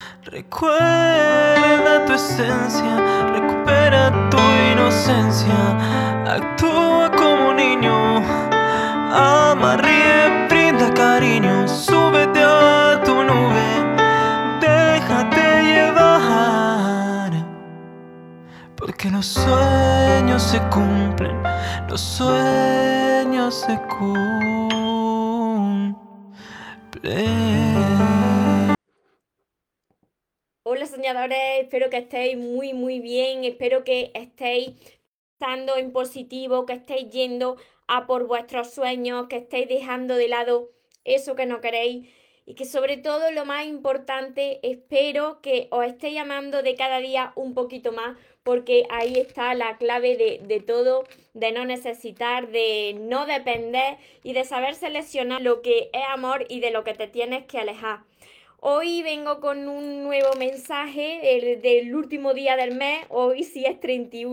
Recuerda tu esencia, recupera tu inocencia, actúa como un niño, ama, ríe, brinda cariño, súbete a tu nube, déjate llevar, porque los sueños se cumplen, los sueños se cumplen. Hola soñadores, espero que estéis muy bien, espero que estéis pensando en positivo, que estéis yendo a por vuestros sueños, que estéis dejando de lado eso que no queréis y que sobre todo lo más importante, espero que os estéis amando de cada día un poquito más, porque ahí está la clave de todo, de no necesitar, de no depender y de saber seleccionar lo que es amor y de lo que te tienes que alejar. Hoy vengo con un nuevo mensaje del último día del mes. Hoy sí es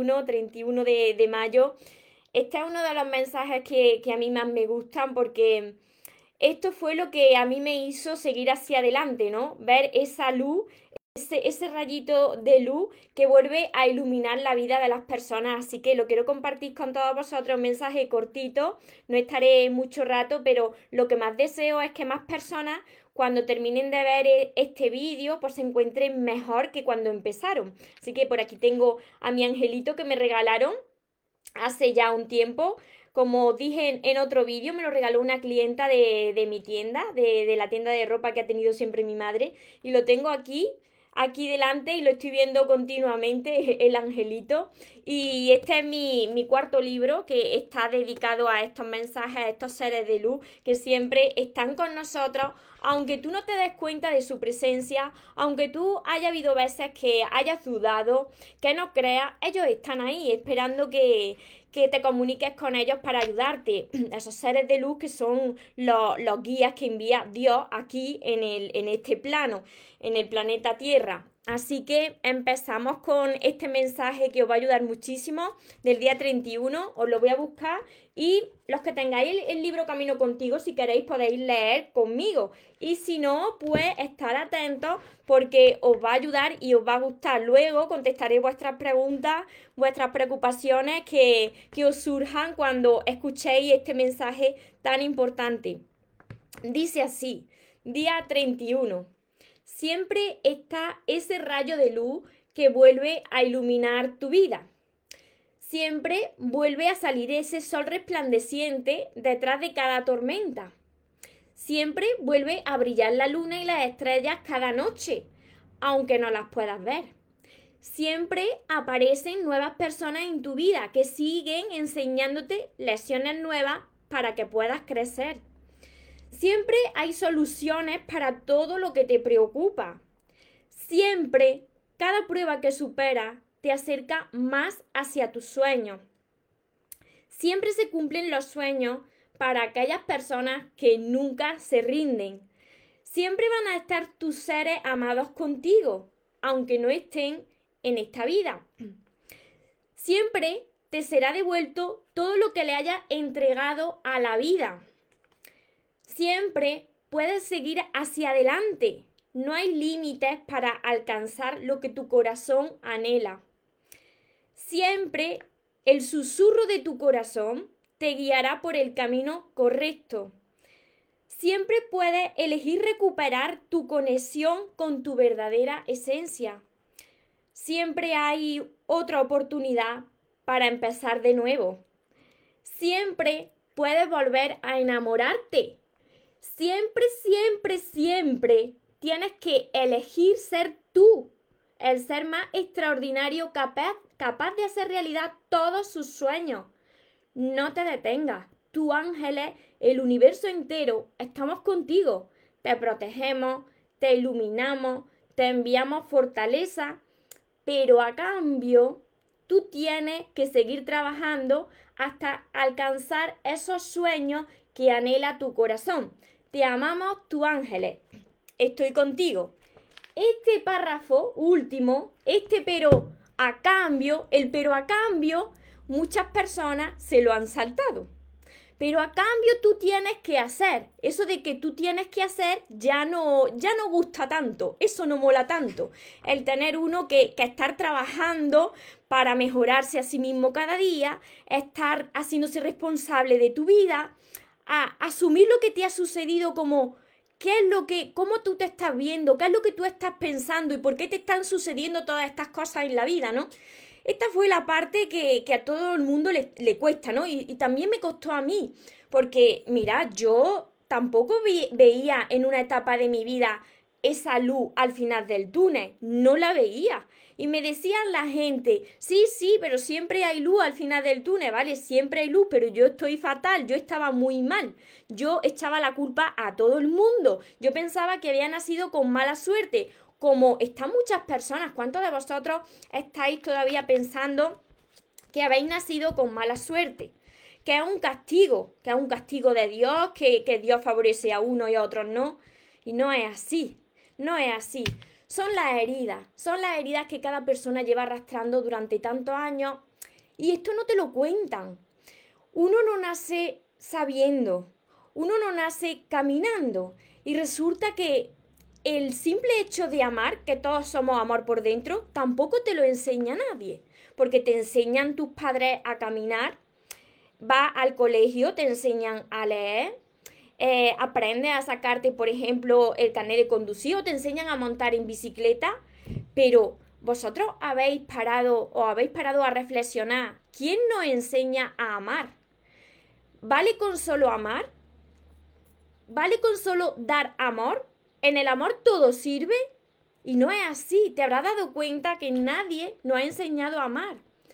31 de mayo. Este es uno de los mensajes que a mí más me gustan porque esto fue lo que a mí me hizo seguir hacia adelante, ¿no? Ver esa luz, ese rayito de luz que vuelve a iluminar la vida de las personas. Así que lo quiero compartir con todos vosotros, un mensaje cortito, no estaré mucho rato, pero lo que más deseo es que más personas cuando terminen de ver este vídeo pues se encuentren mejor que cuando empezaron. Así que por aquí tengo a mi angelito que me regalaron hace ya un tiempo. Como dije en otro vídeo, me lo regaló una clienta de mi tienda, de la tienda de ropa que ha tenido siempre mi madre, y lo tengo aquí delante y lo estoy viendo continuamente, el angelito. Y este es mi cuarto libro que está dedicado a estos mensajes, a estos seres de luz que siempre están con nosotros, aunque tú no te des cuenta de su presencia, aunque tú haya habido veces que hayas dudado, que no creas, ellos están ahí esperando que te comuniques con ellos para ayudarte. Esos seres de luz que son los guías que envía Dios aquí en este plano, en el planeta Tierra. Así que empezamos con este mensaje que os va a ayudar muchísimo del día 31. Os lo voy a buscar y los que tengáis el libro Camino Contigo, si queréis podéis leer conmigo. Y si no, pues estar atentos porque os va a ayudar y os va a gustar. Luego contestaré vuestras preguntas, vuestras preocupaciones que os surjan cuando escuchéis este mensaje tan importante. Dice así, día 31. Siempre está ese rayo de luz que vuelve a iluminar tu vida. Siempre vuelve a salir ese sol resplandeciente detrás de cada tormenta. Siempre vuelve a brillar la luna y las estrellas cada noche, aunque no las puedas ver. Siempre aparecen nuevas personas en tu vida que siguen enseñándote lecciones nuevas para que puedas crecer. Siempre hay soluciones para todo lo que te preocupa. Siempre, cada prueba que superas te acerca más hacia tus sueños. Siempre se cumplen los sueños para aquellas personas que nunca se rinden. Siempre van a estar tus seres amados contigo, aunque no estén en esta vida. Siempre te será devuelto todo lo que le hayas entregado a la vida. Siempre puedes seguir hacia adelante. No hay límites para alcanzar lo que tu corazón anhela. Siempre el susurro de tu corazón te guiará por el camino correcto. Siempre puedes elegir recuperar tu conexión con tu verdadera esencia. Siempre hay otra oportunidad para empezar de nuevo. Siempre puedes volver a enamorarte. Siempre tienes que elegir ser tú, el ser más extraordinario capaz de hacer realidad todos sus sueños. No te detengas. Tú, ángeles, el universo entero, estamos contigo. Te protegemos, te iluminamos, te enviamos fortaleza, pero a cambio tú tienes que seguir trabajando hasta alcanzar esos sueños que anhela tu corazón. Te amamos, tu ángeles. Estoy contigo. Este párrafo último, el pero a cambio, muchas personas se lo han saltado. pero a cambio tú tienes que hacer. Eso de que tú tienes que hacer ya no gusta tanto, eso no mola tanto. El tener uno que estar trabajando para mejorarse a sí mismo cada día, estar haciéndose responsable de tu vida, a asumir lo que te ha sucedido como qué es lo que, cómo tú te estás viendo, qué es lo que tú estás pensando y por qué te están sucediendo todas estas cosas en la vida, ¿no? Esta fue la parte que a todo el mundo le cuesta, ¿no? Y también me costó a mí, porque mira, yo tampoco veía en una etapa de mi vida esa luz al final del túnel, no la veía. Y me decían la gente, sí, sí, pero siempre hay luz al final del túnel, ¿vale? Siempre hay luz, pero yo estoy fatal, yo estaba muy mal. Yo echaba la culpa a todo el mundo. Yo pensaba que había nacido con mala suerte, como están muchas personas. ¿Cuántos de vosotros estáis todavía pensando que habéis nacido con mala suerte? Que es un castigo de Dios, que Dios favorece a uno y a otros no. Y no es así, no es así. Son las heridas que cada persona lleva arrastrando durante tantos años y esto no te lo cuentan. Uno no nace sabiendo, uno no nace caminando y resulta que el simple hecho de amar, que todos somos amor por dentro, tampoco te lo enseña nadie, porque te enseñan tus padres a caminar, vas al colegio, te enseñan a leer, aprendes a sacarte, por ejemplo, el carnet de conducir o te enseñan a montar en bicicleta, pero vosotros habéis parado a reflexionar, ¿quién nos enseña a amar? ¿Vale con solo amar? ¿Vale con solo dar amor? ¿En el amor todo sirve? Y no es así. Te habrás dado cuenta que nadie nos ha enseñado a amar.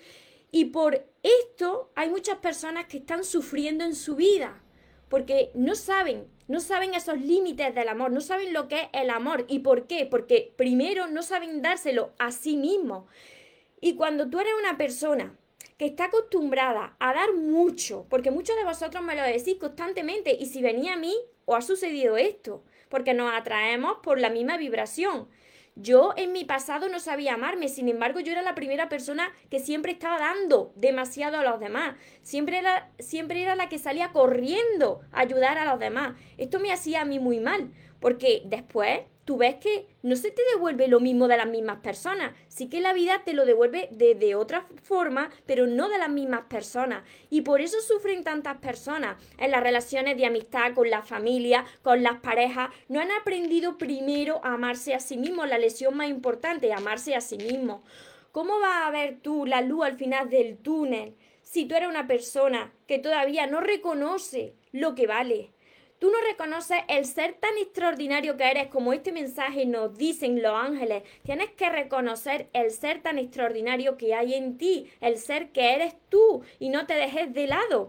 Y por esto hay muchas personas que están sufriendo en su vida. Porque no saben esos límites del amor, no saben lo que es el amor. ¿Y por qué? Porque primero no saben dárselo a sí mismos. Y cuando tú eres una persona que está acostumbrada a dar mucho, porque muchos de vosotros me lo decís constantemente, y si venía a mí, os ha sucedido esto, porque nos atraemos por la misma vibración. Yo en mi pasado no sabía amarme, sin embargo yo era la primera persona que siempre estaba dando demasiado a los demás, siempre era la que salía corriendo a ayudar a los demás. Esto me hacía a mí muy mal, porque después tú ves que no se te devuelve lo mismo de las mismas personas. Sí que la vida te lo devuelve de otra forma, pero no de las mismas personas. Y por eso sufren tantas personas en las relaciones de amistad, con la familia, con las parejas. No han aprendido primero a amarse a sí mismos. La lección más importante, amarse a sí mismos. ¿Cómo vas a ver tú la luz al final del túnel si tú eres una persona que todavía no reconoce lo que vale? Tú no reconoces el ser tan extraordinario que eres, como este mensaje nos dicen los ángeles. Tienes que reconocer el ser tan extraordinario que hay en ti, el ser que eres tú, y no te dejes de lado.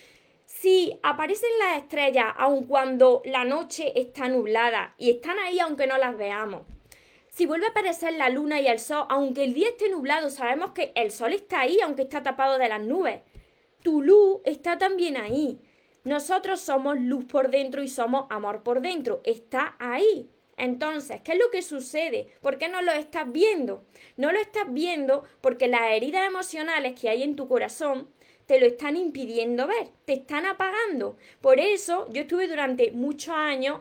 Si aparecen las estrellas, aun cuando la noche está nublada, y están ahí aunque no las veamos. Si vuelve a aparecer la luna y el sol, aunque el día esté nublado, sabemos que el sol está ahí, aunque está tapado de las nubes. Tu luz está también ahí. Nosotros somos luz por dentro y somos amor por dentro. Está ahí. Entonces, ¿qué es lo que sucede? ¿Por qué no lo estás viendo? No lo estás viendo porque las heridas emocionales que hay en tu corazón te lo están impidiendo ver, te están apagando. Por eso yo estuve durante muchos años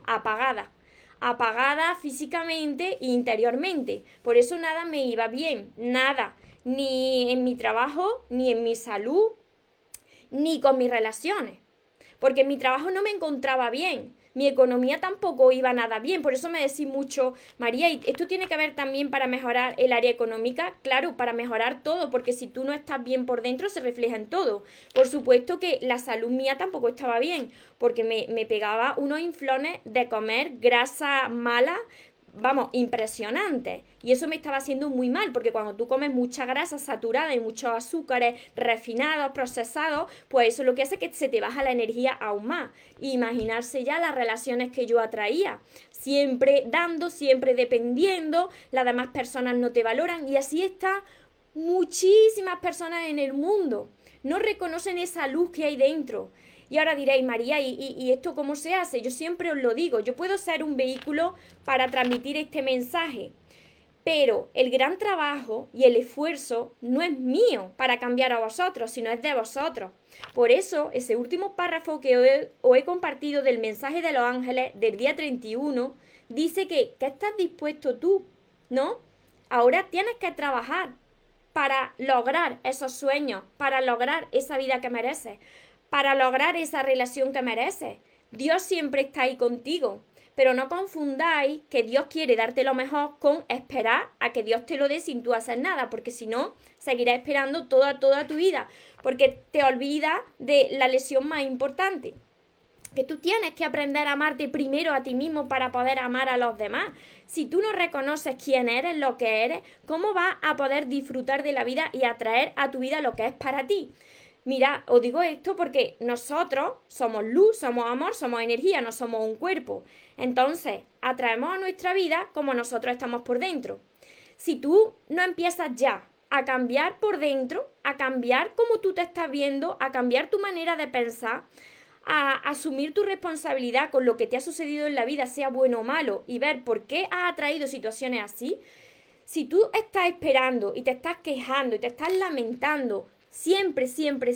apagada físicamente e interiormente. Por eso nada me iba bien, nada. Ni en mi trabajo, ni en mi salud, ni con mis relaciones. Porque en mi trabajo no me encontraba bien, mi economía tampoco iba nada bien, por eso me decís mucho, María, ¿y esto tiene que ver también para mejorar el área económica? Claro, para mejorar todo, porque si tú no estás bien por dentro se refleja en todo. Por supuesto que la salud mía tampoco estaba bien, porque me pegaba unos inflones de comer grasa mala, vamos, impresionante. Y eso me estaba haciendo muy mal, porque cuando tú comes mucha grasa saturada y muchos azúcares refinados, procesados, pues eso lo que hace es que se te baja la energía aún más. Imaginarse ya las relaciones que yo atraía. Siempre dando, siempre dependiendo, las demás personas no te valoran y así está muchísimas personas en el mundo. No reconocen esa luz que hay dentro. Y ahora diréis, María, ¿y esto cómo se hace? Yo siempre os lo digo, yo puedo ser un vehículo para transmitir este mensaje. Pero el gran trabajo y el esfuerzo no es mío para cambiar a vosotros, sino es de vosotros. Por eso, ese último párrafo que os he compartido del mensaje de los ángeles del día 31, dice que estás dispuesto tú, ¿no? Ahora tienes que trabajar para lograr esos sueños, para lograr esa vida que mereces, para lograr esa relación que mereces. Dios siempre está ahí contigo. Pero no confundáis que Dios quiere darte lo mejor con esperar a que Dios te lo dé sin tú hacer nada, porque si no, seguirás esperando toda tu vida, porque te olvidas de la lección más importante, que tú tienes que aprender a amarte primero a ti mismo para poder amar a los demás. Si tú no reconoces quién eres, lo que eres, ¿cómo vas a poder disfrutar de la vida y atraer a tu vida lo que es para ti? Mira, os digo esto porque nosotros somos luz, somos amor, somos energía, no somos un cuerpo. Entonces, atraemos a nuestra vida como nosotros estamos por dentro. Si tú no empiezas ya a cambiar por dentro, a cambiar cómo tú te estás viendo, a cambiar tu manera de pensar, a asumir tu responsabilidad con lo que te ha sucedido en la vida, sea bueno o malo, y ver por qué has atraído situaciones así, si tú estás esperando y te estás quejando y te estás lamentando siempre,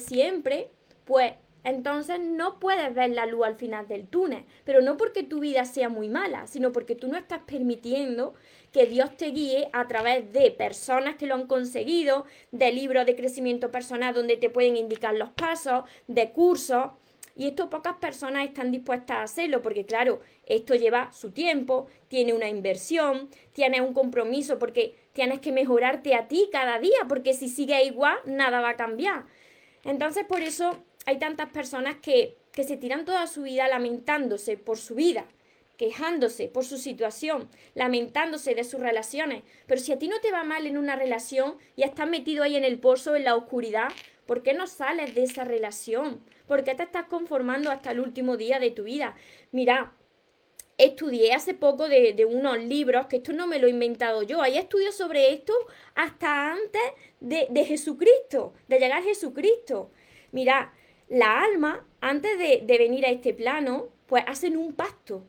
pues entonces no puedes ver la luz al final del túnel. Pero no porque tu vida sea muy mala, sino porque tú no estás permitiendo que Dios te guíe a través de personas que lo han conseguido, de libros de crecimiento personal donde te pueden indicar los pasos, de cursos. Y esto pocas personas están dispuestas a hacerlo porque, claro, esto lleva su tiempo, tiene una inversión, tiene un compromiso porque tienes que mejorarte a ti cada día, porque si sigues igual, nada va a cambiar. Entonces, por eso hay tantas personas que se tiran toda su vida lamentándose por su vida, quejándose por su situación, lamentándose de sus relaciones. Pero si a ti no te va mal en una relación y estás metido ahí en el pozo, en la oscuridad, ¿por qué no sales de esa relación? ¿Por qué te estás conformando hasta el último día de tu vida? Mira, estudié hace poco de unos libros, que esto no me lo he inventado yo, hay estudios sobre esto hasta antes de Jesucristo, de llegar a Jesucristo. Mira, la alma, antes de venir a este plano, pues hacen un pacto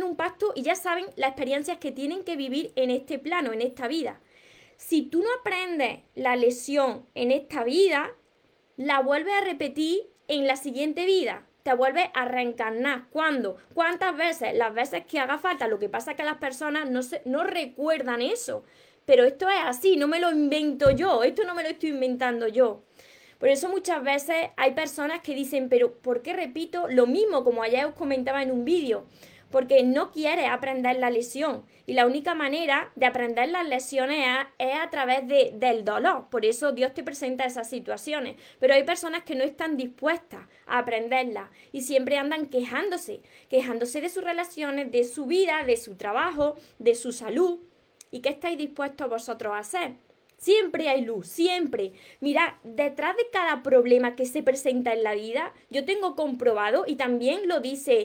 y ya saben las experiencias que tienen que vivir en este plano, en esta vida. Si tú no aprendes la lección en esta vida, la vuelves a repetir en la siguiente vida. Te vuelves a reencarnar. ¿Cuándo? ¿Cuántas veces? Las veces que haga falta. Lo que pasa es que las personas no recuerdan eso. Pero esto es así, no me lo invento yo. Esto no me lo estoy inventando yo. Por eso muchas veces hay personas que dicen, pero ¿por qué repito lo mismo? Como ayer os comentaba en un vídeo. Porque no quieres aprender la lección. Y la única manera de aprender las lecciones es a través del dolor. Por eso Dios te presenta esas situaciones. Pero hay personas que no están dispuestas a aprenderlas. Y siempre andan quejándose de sus relaciones, de su vida, de su trabajo, de su salud. ¿Y qué estáis dispuestos vosotros a hacer? Siempre hay luz, siempre. Mira, detrás de cada problema que se presenta en la vida, yo tengo comprobado, y también lo dice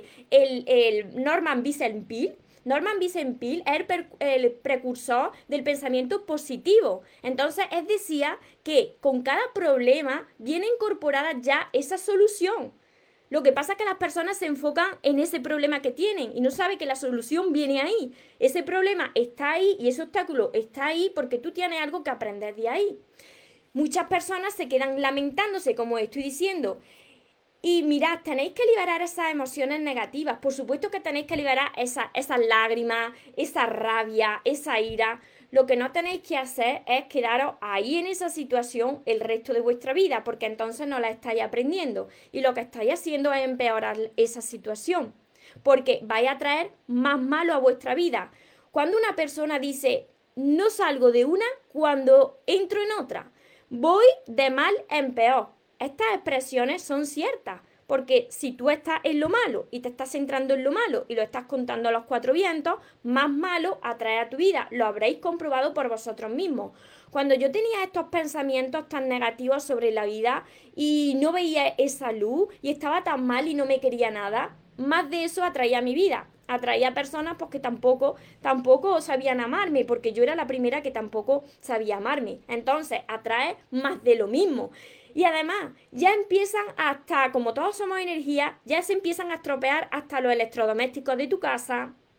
el Norman Vincent Peale. Norman Vincent Peale es el precursor del pensamiento positivo. Entonces, él decía que con cada problema viene incorporada ya esa solución. Lo que pasa es que las personas se enfocan en ese problema que tienen y no saben que la solución viene ahí. Ese problema está ahí y ese obstáculo está ahí porque tú tienes algo que aprender de ahí. Muchas personas se quedan lamentándose, como estoy diciendo. Y mirad, tenéis que liberar esas emociones negativas. Por supuesto que tenéis que liberar esas lágrimas, esa rabia, esa ira. Lo que no tenéis que hacer es quedaros ahí en esa situación el resto de vuestra vida, porque entonces no la estáis aprendiendo. Y lo que estáis haciendo es empeorar esa situación, porque vais a traer más malo a vuestra vida. Cuando una persona dice, no salgo de una cuando entro en otra, voy de mal en peor. Estas expresiones son ciertas, porque si tú estás en lo malo y te estás centrando en lo malo y lo estás contando a los cuatro vientos, más malo atrae a tu vida. Lo habréis comprobado por vosotros mismos. Cuando yo tenía estos pensamientos tan negativos sobre la vida y no veía esa luz y estaba tan mal y no me quería nada, más de eso atraía a mi vida. Atraía a personas pues, que tampoco sabían amarme, porque yo era la primera que tampoco sabía amarme. Entonces, atrae más de lo mismo. Y además, ya empiezan hasta, como todos somos energía, ya se empiezan a estropear hasta los electrodomésticos de tu casa,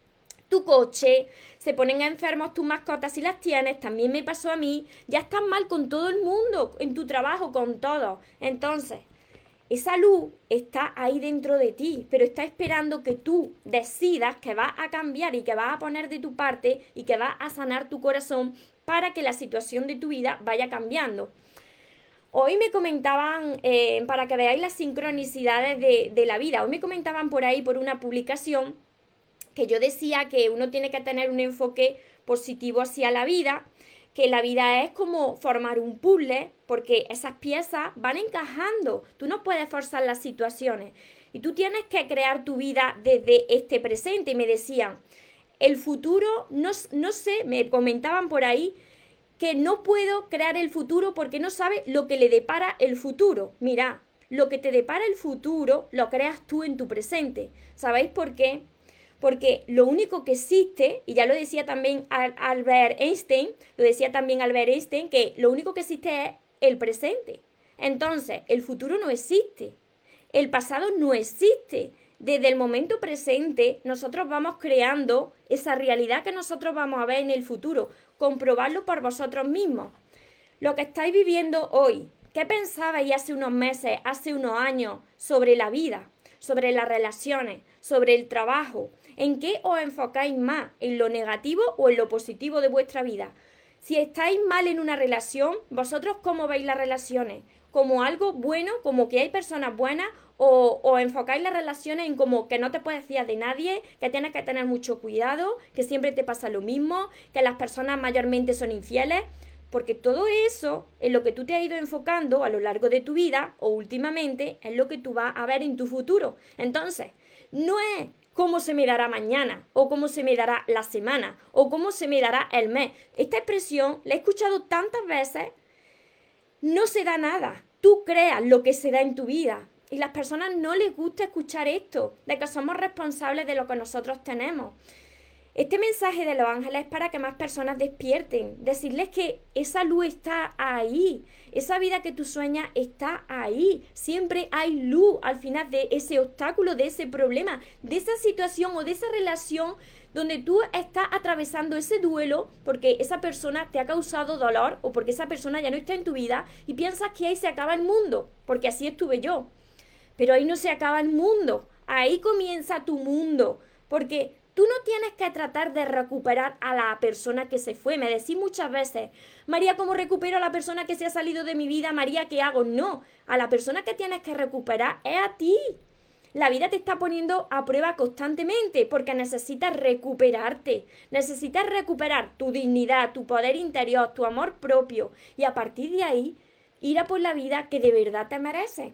tu coche, se ponen enfermos tus mascotas si las tienes, también me pasó a mí, ya estás mal con todo el mundo, en tu trabajo, con todo. Entonces, esa luz está ahí dentro de ti, pero está esperando que tú decidas que vas a cambiar y que vas a poner de tu parte y que vas a sanar tu corazón para que la situación de tu vida vaya cambiando. Hoy me comentaban, para que veáis las sincronicidades de la vida, hoy me comentaban por ahí, por una publicación, que yo decía que uno tiene que tener un enfoque positivo hacia la vida, que la vida es como formar un puzzle, porque esas piezas van encajando, tú no puedes forzar las situaciones y tú tienes que crear tu vida desde este presente. Y me decían, el futuro, no sé, me comentaban por ahí, que no puedo crear el futuro porque no sabe lo que le depara el futuro. Mira, lo que te depara el futuro lo creas tú en tu presente. ¿Sabéis por qué? Porque lo único que existe, y ya lo decía también Albert Einstein, que lo único que existe es el presente. Entonces, el futuro no existe. El pasado no existe. Desde el momento presente, nosotros vamos creando esa realidad que nosotros vamos a ver en el futuro. Comprobarlo por vosotros mismos. Lo que estáis viviendo hoy, ¿qué pensabais hace unos meses, hace unos años sobre la vida, sobre las relaciones, sobre el trabajo? ¿En qué os enfocáis más? ¿En lo negativo o en lo positivo de vuestra vida? Si estáis mal en una relación, ¿vosotros cómo veis las relaciones? ¿Como algo bueno, como que hay personas buenas? ¿O enfocáis las relaciones en como que no te puedes fiar de nadie, que tienes que tener mucho cuidado, que siempre te pasa lo mismo, que las personas mayormente son infieles? Porque todo eso, en lo que tú te has ido enfocando a lo largo de tu vida o últimamente, es lo que tú vas a ver en tu futuro. Entonces, no es cómo se me dará mañana, o cómo se me dará la semana, o cómo se me dará el mes. Esta expresión la he escuchado tantas veces, no se da nada. Tú creas lo que se da en tu vida. Y a las personas no les gusta escuchar esto, de que somos responsables de lo que nosotros tenemos. Este mensaje de los ángeles es para que más personas despierten, decirles que esa luz está ahí, esa vida que tú sueñas está ahí, siempre hay luz al final de ese obstáculo, de ese problema, de esa situación o de esa relación donde tú estás atravesando ese duelo porque esa persona te ha causado dolor o porque esa persona ya no está en tu vida y piensas que ahí se acaba el mundo, porque así estuve yo. Pero ahí no se acaba el mundo, ahí comienza tu mundo, porque tú no tienes que tratar de recuperar a la persona que se fue. Me decís muchas veces, María, ¿cómo recupero a la persona que se ha salido de mi vida? María, ¿qué hago? No, a la persona que tienes que recuperar es a ti. La vida te está poniendo a prueba constantemente porque necesitas recuperarte, necesitas recuperar tu dignidad, tu poder interior, tu amor propio y a partir de ahí ir a por la vida que de verdad te mereces.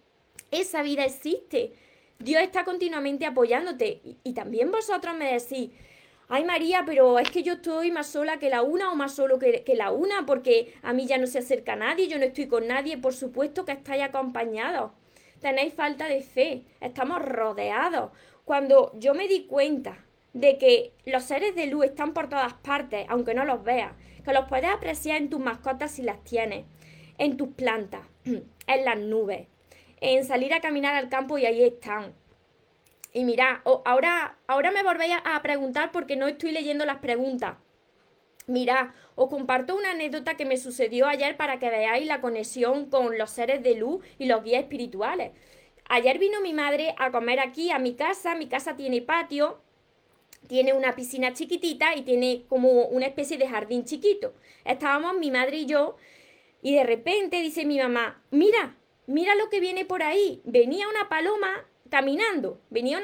Esa vida existe. Dios está continuamente apoyándote. Y también vosotros me decís, ay María, pero es que yo estoy más sola que la una o más solo que la una porque a mí ya no se acerca nadie, yo no estoy con nadie. Por supuesto que estáis acompañados. Tenéis falta de fe. Estamos rodeados. Cuando yo me di cuenta de que los seres de luz están por todas partes, aunque no los veas, que los puedes apreciar en tus mascotas si las tienes, en tus plantas, en las nubes, en salir a caminar al campo y ahí están. Y mirad, ahora me volvéis a preguntar porque no estoy leyendo las preguntas. Mirad, os comparto una anécdota que me sucedió ayer para que veáis la conexión con los seres de luz y los guías espirituales. Ayer vino mi madre a comer aquí a mi casa tiene patio, tiene una piscina chiquitita y tiene como una especie de jardín chiquito. Estábamos mi madre y yo y de repente dice mi mamá, mira lo que viene por ahí. Venía una paloma caminando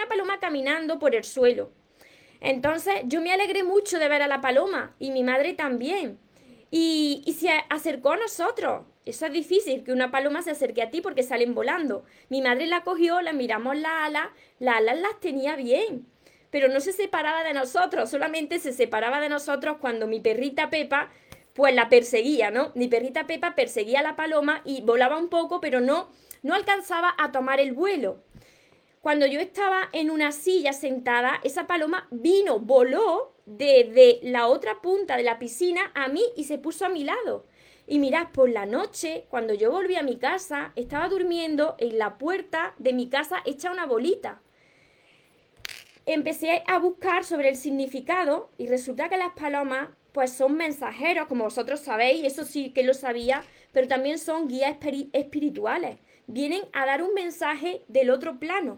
por el suelo. Entonces yo me alegré mucho de ver a la paloma y mi madre también. Y se acercó a nosotros. Eso es difícil, que una paloma se acerque a ti porque salen volando. Mi madre la cogió, la miramos las alas las tenía bien, pero no se separaba de nosotros, solamente se separaba de nosotros cuando mi perrita Pepa pues la perseguía, ¿no? Mi perrita Pepa perseguía a la paloma y volaba un poco, pero no alcanzaba a tomar el vuelo. Cuando yo estaba en una silla sentada, esa paloma voló desde la otra punta de la piscina a mí y se puso a mi lado. Y mirad, por la noche, cuando yo volví a mi casa, estaba durmiendo en la puerta de mi casa hecha una bolita. empecé a buscar sobre el significado y resulta que las palomas pues son mensajeros, como vosotros sabéis, eso sí que lo sabía, pero también son guías espirituales. Vienen a dar un mensaje del otro plano.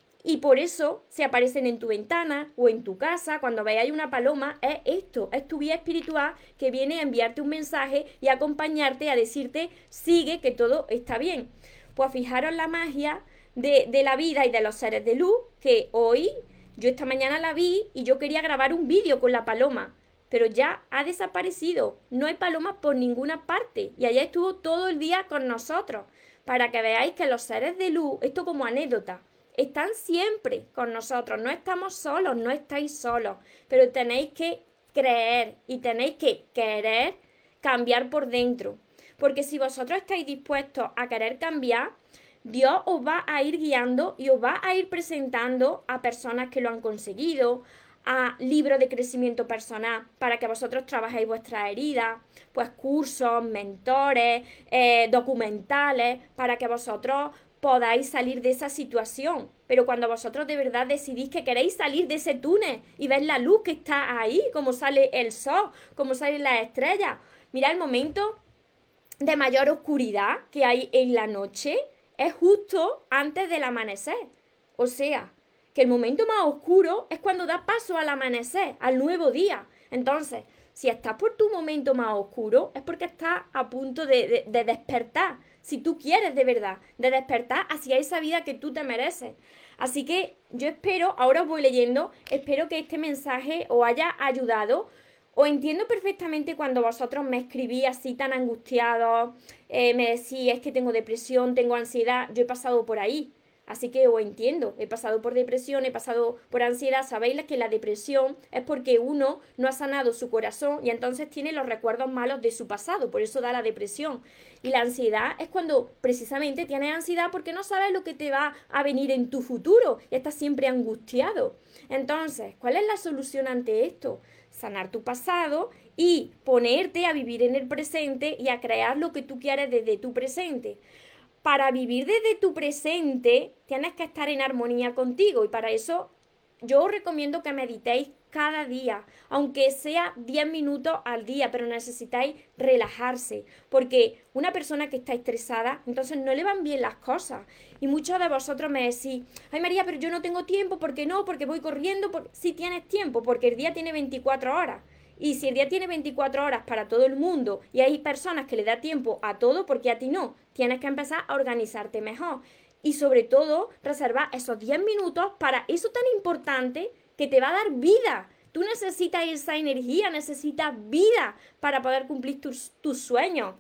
Y por eso se aparecen en tu ventana o en tu casa, cuando veáis una paloma, es esto, es tu guía espiritual que viene a enviarte un mensaje y a acompañarte, a decirte, sigue, que todo está bien. Pues fijaros la magia de la vida y de los seres de luz, que hoy, yo esta mañana la vi y yo quería grabar un vídeo con la paloma, pero ya ha desaparecido, no hay palomas por ninguna parte y allá estuvo todo el día con nosotros, para que veáis que los seres de luz, esto como anécdota, están siempre con nosotros, no estamos solos, no estáis solos, pero tenéis que creer y tenéis que querer cambiar por dentro. Porque si vosotros estáis dispuestos a querer cambiar, Dios os va a ir guiando y os va a ir presentando a personas que lo han conseguido, a libros de crecimiento personal para que vosotros trabajéis vuestras heridas, pues cursos, mentores, documentales, para que vosotros podáis salir de esa situación. Pero cuando vosotros de verdad decidís que queréis salir de ese túnel y ver la luz que está ahí, como sale el sol, como salen las estrellas, mira, el momento de mayor oscuridad que hay en la noche es justo antes del amanecer. O sea, que el momento más oscuro es cuando da paso al amanecer, al nuevo día. Entonces, si estás por tu momento más oscuro, es porque estás a punto de despertar. Si tú quieres de verdad, de despertar hacia esa vida que tú te mereces. Así que yo espero, ahora os voy leyendo, espero que este mensaje os haya ayudado. Os entiendo perfectamente cuando vosotros me escribís así tan angustiados, me decís, es que tengo depresión, tengo ansiedad, yo he pasado por ahí. Así que os entiendo, he pasado por depresión, he pasado por ansiedad. Sabéis que la depresión es porque uno no ha sanado su corazón y entonces tiene los recuerdos malos de su pasado, por eso da la depresión. Y la ansiedad es cuando precisamente tienes ansiedad porque no sabes lo que te va a venir en tu futuro y estás siempre angustiado. Entonces, ¿cuál es la solución ante esto? Sanar tu pasado y ponerte a vivir en el presente y a crear lo que tú quieres desde tu presente. Para vivir desde tu presente tienes que estar en armonía contigo y para eso yo os recomiendo que meditéis cada día, aunque sea 10 minutos al día, pero necesitáis relajarse, porque una persona que está estresada, entonces no le van bien las cosas. Y muchos de vosotros me decís, ay María, pero yo no tengo tiempo, ¿por qué no? Porque voy corriendo, sí tienes tiempo, porque el día tiene 24 horas. Y si el día tiene 24 horas para todo el mundo y hay personas que le da tiempo a todo, porque a ti no, tienes que empezar a organizarte mejor. Y sobre todo, reservar esos 10 minutos para eso tan importante que te va a dar vida. Tú necesitas esa energía, necesitas vida para poder cumplir tus sueños.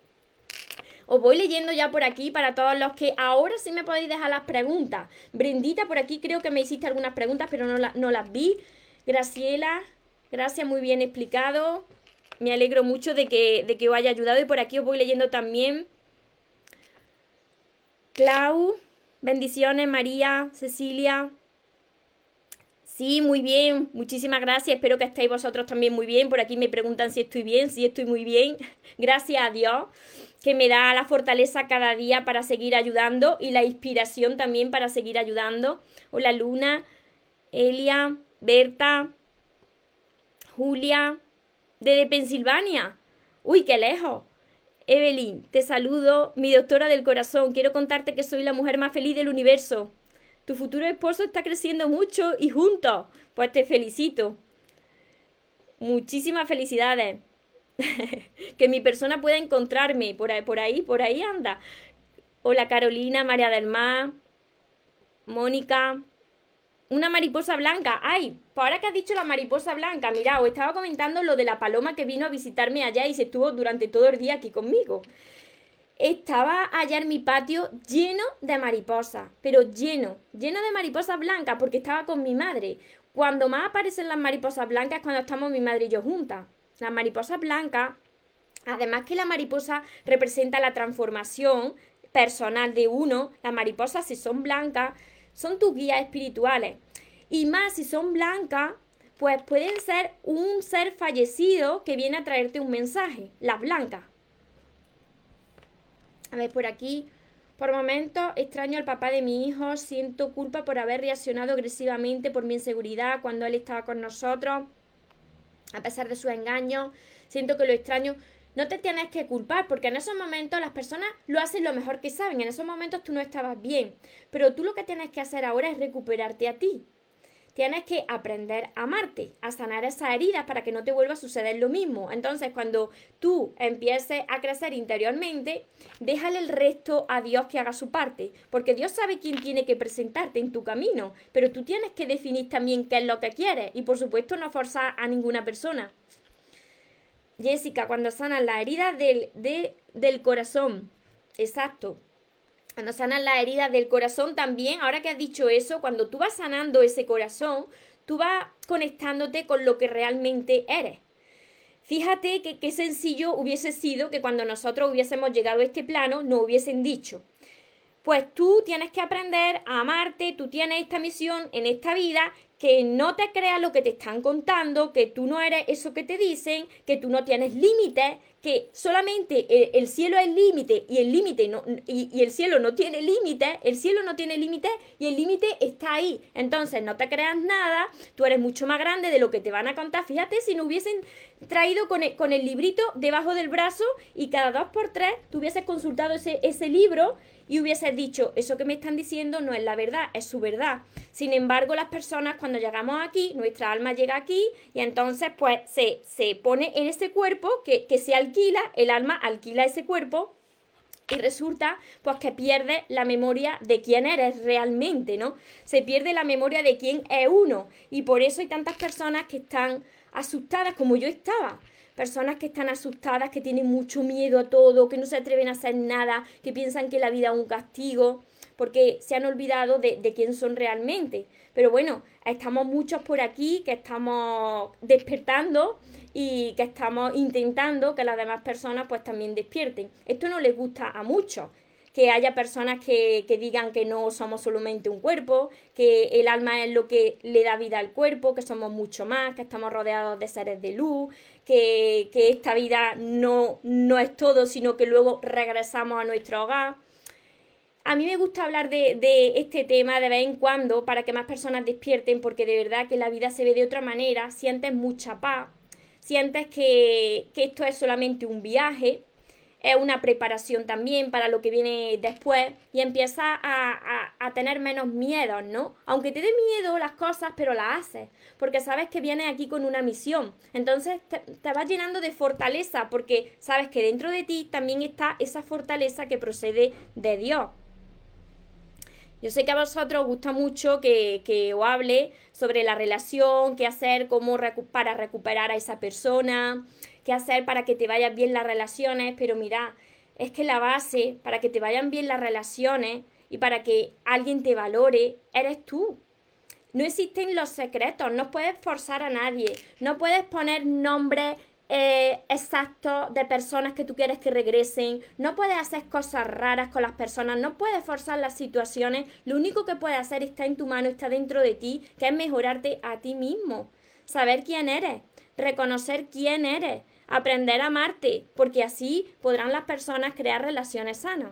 Os voy leyendo ya por aquí para todos los que ahora sí me podéis dejar las preguntas. Brendita, por aquí creo que me hiciste algunas preguntas, pero no las vi. Graciela, gracias, muy bien explicado. Me alegro mucho de que os haya ayudado y por aquí os voy leyendo también. Clau, bendiciones, María, Cecilia. Sí, muy bien, muchísimas gracias. Espero que estéis vosotros también muy bien. Por aquí me preguntan si estoy bien, sí estoy muy bien. Gracias a Dios, que me da la fortaleza cada día para seguir ayudando y la inspiración también para seguir ayudando. Hola Luna, Elia, Berta, Julia, desde Pensilvania. Uy, qué lejos. Evelyn, te saludo, mi doctora del corazón. Quiero contarte que soy la mujer más feliz del universo. Tu futuro esposo está creciendo mucho y juntos. Pues te felicito. Muchísimas felicidades. Que mi persona pueda encontrarme. Por ahí anda. Hola Carolina, María del Mar, Mónica. Una mariposa blanca. Ay, pues ahora que has dicho la mariposa blanca, mira, os estaba comentando lo de la paloma que vino a visitarme allá y se estuvo durante todo el día aquí conmigo. Estaba allá en mi patio lleno de mariposas, pero lleno de mariposas blancas porque estaba con mi madre. Cuando más aparecen las mariposas blancas es cuando estamos mi madre y yo juntas. Las mariposas blancas, además que la mariposa representa la transformación personal de uno, las mariposas si son blancas son tus guías espirituales. Y más si son blancas, pues pueden ser un ser fallecido que viene a traerte un mensaje, las blancas. A ver, por aquí, Por momentos extraño al papá de mi hijo, siento culpa por haber reaccionado agresivamente por mi inseguridad cuando él estaba con nosotros, a pesar de sus engaños, siento que lo extraño. No te tienes que culpar, porque en esos momentos las personas lo hacen lo mejor que saben, en esos momentos tú no estabas bien, pero tú lo que tienes que hacer ahora es recuperarte a ti. Tienes que aprender a amarte, a sanar esas heridas para que no te vuelva a suceder lo mismo. Entonces, cuando tú empieces a crecer interiormente, déjale el resto a Dios que haga su parte, porque Dios sabe quién tiene que presentarte en tu camino, pero tú tienes que definir también qué es lo que quieres y por supuesto no forzar a ninguna persona. Jessica, cuando sanas las heridas del corazón, exacto, cuando sanas las heridas del corazón también, ahora que has dicho eso, cuando tú vas sanando ese corazón, tú vas conectándote con lo que realmente eres. Fíjate que qué sencillo hubiese sido que cuando nosotros hubiésemos llegado a este plano nos hubiesen dicho, pues tú tienes que aprender a amarte, tú tienes esta misión en esta vida, que no te creas lo que te están contando, que tú no eres eso que te dicen, que tú no tienes límites, que solamente el cielo es límite y el límite no, y el cielo no tiene límites, el cielo no tiene límites y el límite está ahí. Entonces no te creas nada, tú eres mucho más grande de lo que te van a contar. Fíjate si no hubiesen traído con el librito debajo del brazo y cada 2 por 3 tú hubieses consultado ese libro y hubieses dicho, eso que me están diciendo no es la verdad, es su verdad. Sin embargo, las personas cuando llegamos aquí, nuestra alma llega aquí y entonces pues se pone en ese cuerpo que se alquila, el alma alquila ese cuerpo y resulta pues que pierde la memoria de quién eres realmente, ¿no? Se pierde la memoria de quién es uno y por eso hay tantas personas que están asustadas como yo estaba. Personas que están asustadas, que tienen mucho miedo a todo, que no se atreven a hacer nada, que piensan que la vida es un castigo, porque se han olvidado de quién son realmente. Pero bueno, estamos muchos por aquí que estamos despertando y que estamos intentando que las demás personas pues también despierten. Esto no les gusta a muchos, que haya personas que digan que no somos solamente un cuerpo, que el alma es lo que le da vida al cuerpo, que somos mucho más, que estamos rodeados de seres de luz, que esta vida no es todo, sino que luego regresamos a nuestro hogar. A mí me gusta hablar de este tema de vez en cuando para que más personas despierten, porque de verdad que la vida se ve de otra manera, sientes mucha paz, sientes que esto es solamente un viaje, es una preparación también para lo que viene después y empiezas a tener menos miedos, ¿no? Aunque te dé miedo las cosas, pero las haces, porque sabes que vienes aquí con una misión. Entonces te vas llenando de fortaleza, porque sabes que dentro de ti también está esa fortaleza que procede de Dios. Yo sé que a vosotros os gusta mucho que os hable sobre la relación, qué hacer, para recuperar a esa persona, qué hacer para que te vayan bien las relaciones, pero mira, es que la base para que te vayan bien las relaciones y para que alguien te valore, eres tú. No existen los secretos, no puedes forzar a nadie, no puedes poner nombres exactos de personas que tú quieres que regresen, no puedes hacer cosas raras con las personas, no puedes forzar las situaciones, lo único que puedes hacer está en tu mano, está dentro de ti, que es mejorarte a ti mismo, saber quién eres, reconocer quién eres, aprender a amarte, porque así podrán las personas crear relaciones sanas.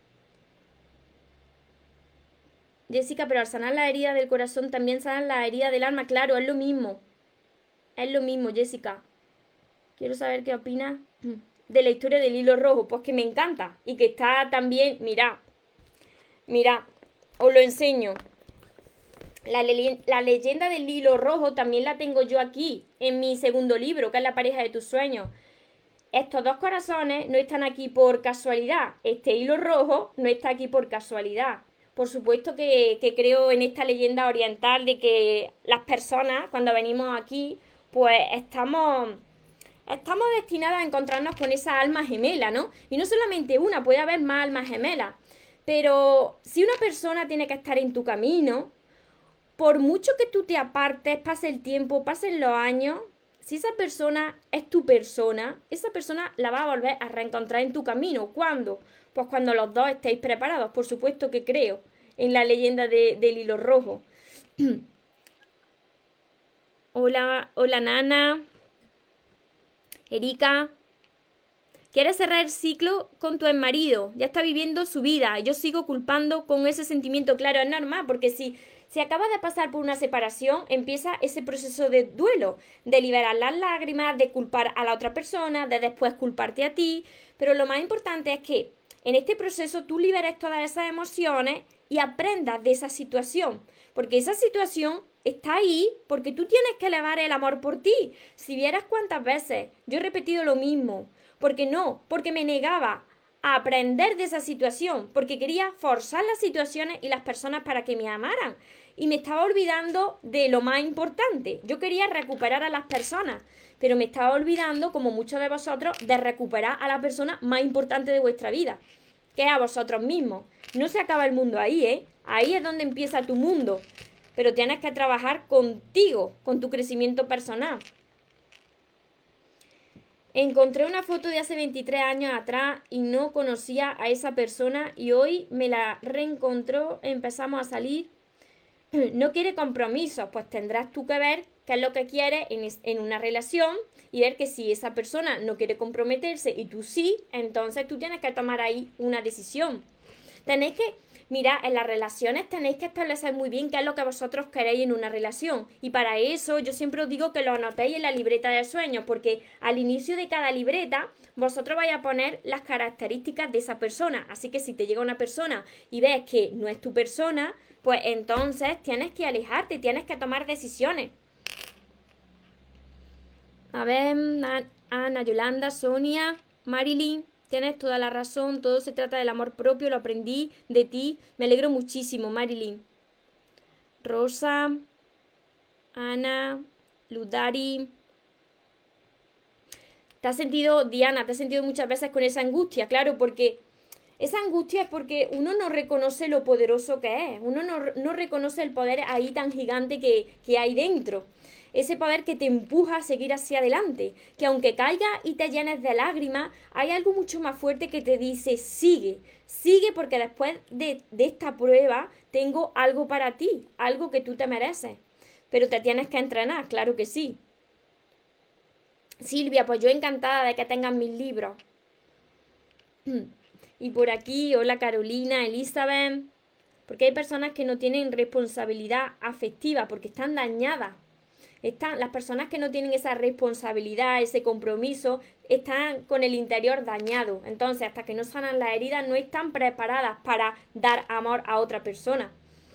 Jessica, pero al sanar la herida del corazón también sanan la herida del alma. Claro, es lo mismo, Jessica. Quiero saber qué opinas de la historia del hilo rojo. Pues que me encanta. Y que está también, mira, os lo enseño. La leyenda del hilo rojo también la tengo yo aquí, en mi segundo libro, que es La pareja de tus sueños. Estos 2 corazones no están aquí por casualidad. Este hilo rojo no está aquí por casualidad. Por supuesto que creo en esta leyenda oriental de que las personas, cuando venimos aquí, pues estamos destinadas a encontrarnos con esa alma gemela, ¿no? Y no solamente una, puede haber más almas gemelas. Pero si una persona tiene que estar en tu camino, por mucho que tú te apartes, pase el tiempo, pasen los años, si esa persona es tu persona, esa persona la va a volver a reencontrar en tu camino. ¿Cuándo? Pues cuando los dos estéis preparados. Por supuesto que creo en la leyenda del hilo rojo. Hola, hola Nana. Erika, Quieres cerrar el ciclo con tu exmarido, ya está viviendo su vida. Yo sigo culpando con ese sentimiento, claro, es normal, porque si acabas de pasar por una separación, empieza ese proceso de duelo, de liberar las lágrimas, de culpar a la otra persona, de después culparte a ti. Pero lo más importante es que en este proceso tú liberes todas esas emociones y aprendas de esa situación, porque esa situación está ahí porque tú tienes que elevar el amor por ti. Si vieras cuántas veces yo he repetido lo mismo, porque me negaba a aprender de esa situación, porque quería forzar las situaciones y las personas para que me amaran. Y me estaba olvidando de lo más importante. Yo quería recuperar a las personas, pero me estaba olvidando, como muchos de vosotros, de recuperar a la persona más importante de vuestra vida, que es a vosotros mismos. No se acaba el mundo ahí, ¿eh? Ahí es donde empieza tu mundo. Pero tienes que trabajar contigo, con tu crecimiento personal. Encontré una foto de hace 23 años atrás y no conocía a esa persona y hoy me la reencontró, empezamos a salir. No quiere compromisos, pues tendrás tú que ver qué es lo que quieres en una relación y ver que si esa persona no quiere comprometerse y tú sí, entonces tú tienes que tomar ahí una decisión. Tenéis que, mira, en las relaciones tenéis que establecer muy bien qué es lo que vosotros queréis en una relación. Y para eso yo siempre os digo que lo anotéis en la libreta de sueños, porque al inicio de cada libreta vosotros vais a poner las características de esa persona. Así que si te llega una persona y ves que no es tu persona, pues entonces tienes que alejarte, tienes que tomar decisiones. A ver, Ana, Yolanda, Sonia, Marilyn, tienes toda la razón, todo se trata del amor propio, lo aprendí de ti, me alegro muchísimo, Marilyn. Rosa, Ana, Ludari. Diana, te has sentido muchas veces con esa angustia, claro, porque esa angustia es porque uno no reconoce lo poderoso que es, uno no reconoce el poder ahí tan gigante que hay dentro. Ese poder que te empuja a seguir hacia adelante, que aunque caigas y te llenes de lágrimas, hay algo mucho más fuerte que te dice, sigue, sigue porque después de esta prueba tengo algo para ti, algo que tú te mereces. Pero te tienes que entrenar, claro que sí. Silvia, pues yo encantada de que tengas mis libros. Y por aquí, hola Carolina, Elizabeth, porque hay personas que no tienen responsabilidad afectiva, porque están dañadas. Las personas que no tienen esa responsabilidad, ese compromiso, están con el interior dañado. Entonces, hasta que no sanan las heridas, no están preparadas para dar amor a otra persona.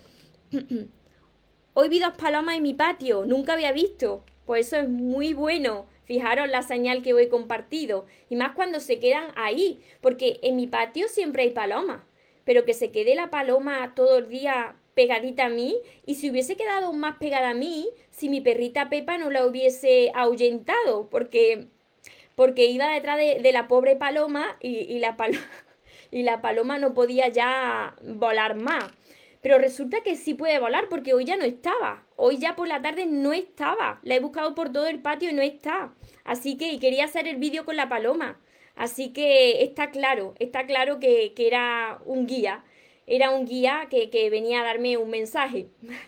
Hoy vi 2 palomas en mi patio, nunca había visto. Pues eso es muy bueno. Fijaros la señal que hoy he compartido. Y más cuando se quedan ahí, porque en mi patio siempre hay palomas. Pero que se quede la paloma todo el día pegadita a mí, y si hubiese quedado más pegada a mí, si mi perrita Pepa no la hubiese ahuyentado, porque iba detrás de la pobre paloma y la paloma no podía ya volar más. Pero resulta que sí puede volar porque hoy ya no estaba. Hoy ya por la tarde no estaba. La he buscado por todo el patio y no está. Así que y quería hacer el vídeo con la paloma. Así que está claro que era un guía. Era un guía que venía a darme un mensaje.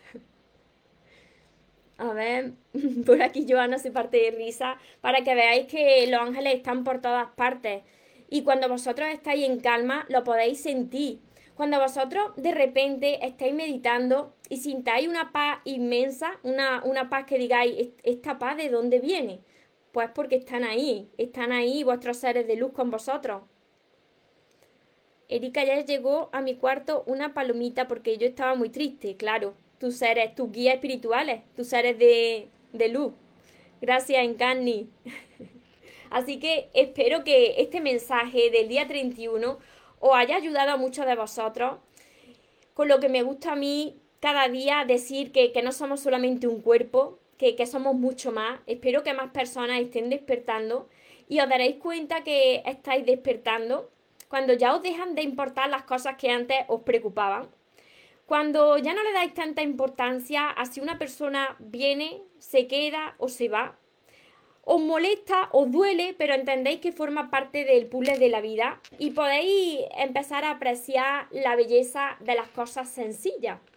A ver, por aquí Joana se parte de risa para que veáis que los ángeles están por todas partes. Y cuando vosotros estáis en calma, lo podéis sentir. Cuando vosotros de repente estáis meditando y sintáis una paz inmensa, una paz que digáis, ¿esta paz de dónde viene? Pues porque están ahí vuestros seres de luz con vosotros. Erika, ya llegó a mi cuarto una palomita porque yo estaba muy triste, claro. Tus seres, tus guías espirituales, tus seres de luz. Gracias, Encarni. Así que espero que este mensaje del día 31 os haya ayudado a muchos de vosotros, con lo que me gusta a mí cada día decir que no somos solamente un cuerpo, que somos mucho más. Espero que más personas estén despertando y os daréis cuenta que estáis despertando cuando ya os dejan de importar las cosas que antes os preocupaban. Cuando ya no le dais tanta importancia a si una persona viene, se queda o se va. Os molesta, os duele, pero entendéis que forma parte del puzzle de la vida y podéis empezar a apreciar la belleza de las cosas sencillas.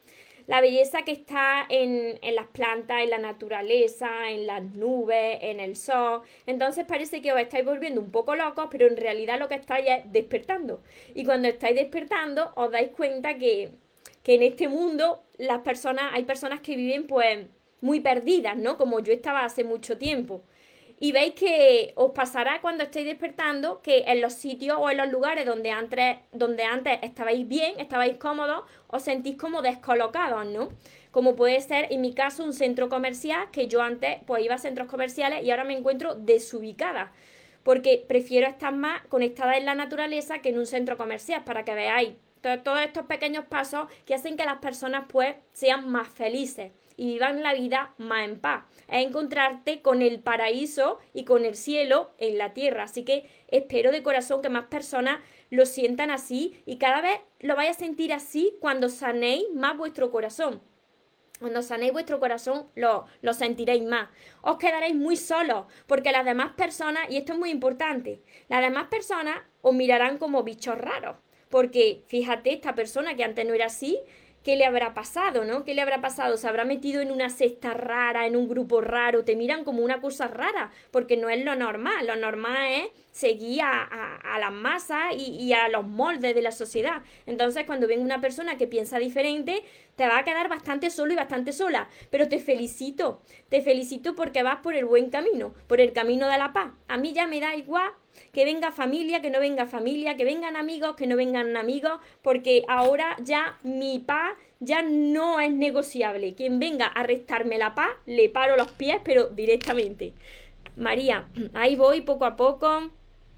la belleza que está en las plantas, en la naturaleza, en las nubes, en el sol. Entonces parece que os estáis volviendo un poco locos, pero en realidad lo que estáis es despertando. Y cuando estáis despertando, os dais cuenta que en este mundo hay personas que viven pues muy perdidas, ¿no? Como yo estaba hace mucho tiempo. Y veis que os pasará cuando estéis despertando que en los sitios o en los lugares donde antes estabais bien, estabais cómodos, os sentís como descolocados, ¿no? Como puede ser, en mi caso, un centro comercial, que yo antes pues iba a centros comerciales y ahora me encuentro desubicada, porque prefiero estar más conectada en la naturaleza que en un centro comercial, para que veáis todos estos pequeños pasos que hacen que las personas pues sean más felices y vivan la vida más en paz. Es encontrarte con el paraíso y con el cielo en la tierra. Así que espero de corazón que más personas lo sientan así y cada vez lo vais a sentir así cuando sanéis más vuestro corazón. Cuando sanéis vuestro corazón lo sentiréis más. Os quedaréis muy solos porque las demás personas, y esto es muy importante, las demás personas os mirarán como bichos raros. Porque fíjate, esta persona que antes no era así, ¿qué le habrá pasado, no? ¿Qué le habrá pasado? ¿Se habrá metido en una secta rara, en un grupo raro? Te miran como una cosa rara, porque no es lo normal. Lo normal es seguir a las masas y a los moldes de la sociedad. Entonces, cuando ven una persona que piensa diferente, te va a quedar bastante solo y bastante sola. Pero te felicito porque vas por el buen camino, por el camino de la paz. A mí ya me da igual que venga familia, que no venga familia, que vengan amigos, que no vengan amigos, porque ahora ya mi paz ya no es negociable. Quien venga a restarme la paz, le paro los pies, pero directamente. María, ahí voy poco a poco.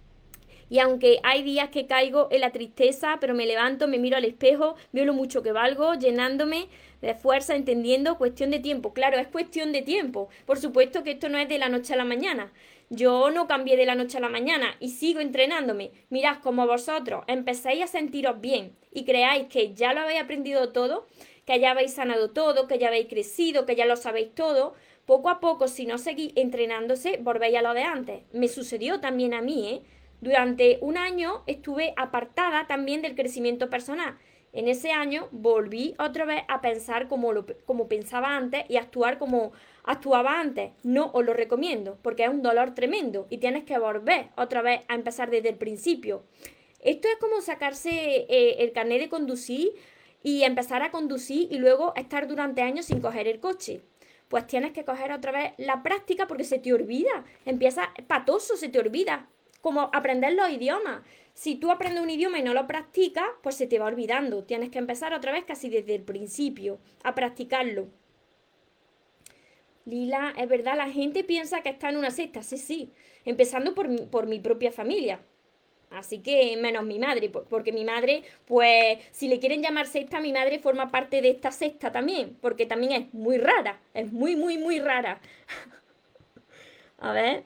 Y aunque hay días que caigo en la tristeza, pero me levanto, me miro al espejo, veo lo mucho que valgo, llenándome de fuerza, entendiendo, cuestión de tiempo. Claro, es cuestión de tiempo. Por supuesto que esto no es de la noche a la mañana. Yo no cambié de la noche a la mañana y sigo entrenándome. Mirad, como vosotros empecéis a sentiros bien y creáis que ya lo habéis aprendido todo, que ya habéis sanado todo, que ya habéis crecido, que ya lo sabéis todo, poco a poco, si no seguís entrenándose, volvéis a lo de antes. Me sucedió también a mí, ¿eh? Durante un año estuve apartada también del crecimiento personal. En ese año volví otra vez a pensar como pensaba antes y a actuar como actuaba antes. No os lo recomiendo porque es un dolor tremendo y tienes que volver otra vez a empezar desde el principio. Esto es como sacarse el carnet de conducir y empezar a conducir y luego estar durante años sin coger el coche. Pues tienes que coger otra vez la práctica porque se te olvida. Empieza patoso, se te olvida. Como aprender los idiomas. Si tú aprendes un idioma y no lo practicas, pues se te va olvidando. Tienes que empezar otra vez casi desde el principio a practicarlo. Lila, es verdad, la gente piensa que está en una secta. Sí, sí. Empezando por mi propia familia. Así que menos mi madre, porque mi madre, pues si le quieren llamar secta, mi madre forma parte de esta secta también, porque también es muy rara. Es muy, muy, muy rara. A ver.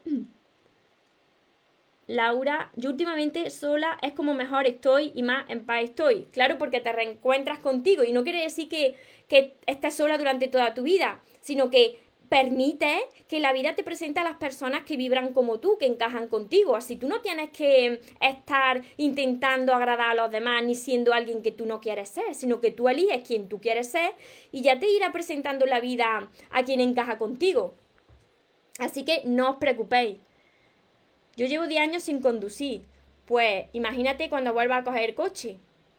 Laura, yo últimamente sola es como mejor estoy y más en paz estoy. Claro, porque te reencuentras contigo y no quiere decir que estés sola durante toda tu vida, sino que permite que la vida te presente a las personas que vibran como tú, que encajan contigo. Así tú no tienes que estar intentando agradar a los demás ni siendo alguien que tú no quieres ser, sino que tú eliges quien tú quieres ser y ya te irá presentando la vida a quien encaja contigo. Así que no os preocupéis. Yo llevo 10 años sin conducir. Pues imagínate cuando vuelva a coger el coche.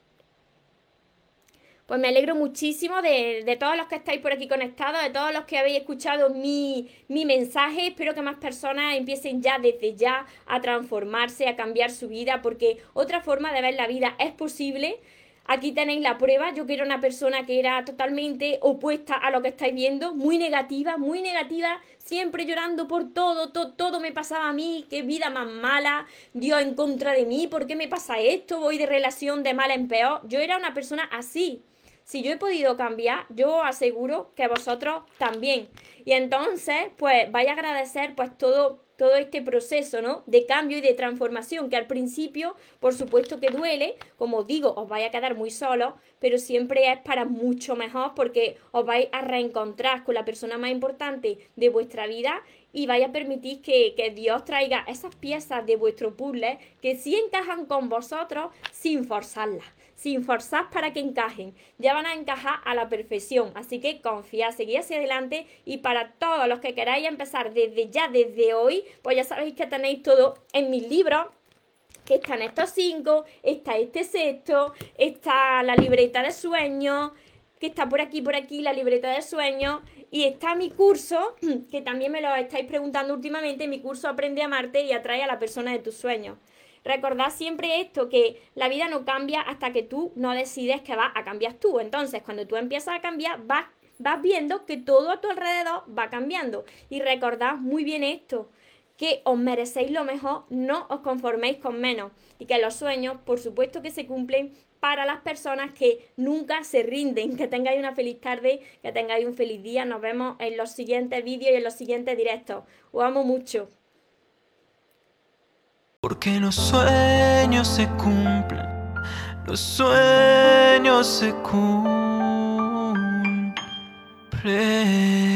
Pues me alegro muchísimo de todos los que estáis por aquí conectados, de todos los que habéis escuchado mi mensaje. Espero que más personas empiecen ya desde ya a transformarse, a cambiar su vida, porque otra forma de ver la vida es posible. Aquí tenéis la prueba. Yo que era una persona que era totalmente opuesta a lo que estáis viendo, muy negativa, siempre llorando por todo me pasaba a mí, qué vida más mala, Dios en contra de mí, ¿por qué me pasa esto? Voy de relación de mal en peor. Yo era una persona así. Si yo he podido cambiar, yo aseguro que vosotros también. Y entonces, pues, vais a agradecer pues todo este proceso, ¿no? De cambio y de transformación, que al principio, por supuesto que duele, como os digo, os vais a quedar muy solos, pero siempre es para mucho mejor porque os vais a reencontrar con la persona más importante de vuestra vida y vais a permitir que Dios traiga esas piezas de vuestro puzzle que sí encajan con vosotros sin forzarlas. sin forzar para que encajen. Ya van a encajar a la perfección. Así que confiad, seguid hacia adelante. Y para todos los que queráis empezar desde ya, desde hoy, pues ya sabéis que tenéis todo en mis libros, que están estos 5, está este sexto, está la libreta de sueños, que está por aquí, la libreta de sueños, y está mi curso, que también me lo estáis preguntando últimamente, mi curso Aprende a amarte y atrae a la persona de tus sueños. Recordad siempre esto, que la vida no cambia hasta que tú no decides que vas a cambiar tú. Entonces, cuando tú empiezas a cambiar, vas viendo que todo a tu alrededor va cambiando. Y recordad muy bien esto, que os merecéis lo mejor, no os conforméis con menos, y que los sueños, por supuesto que se cumplen para las personas que nunca se rinden. Que tengáis una feliz tarde, que tengáis un feliz día. Nos vemos en los siguientes vídeos y en los siguientes directos. Os amo mucho. Porque los sueños se cumplen, los sueños se cumplen.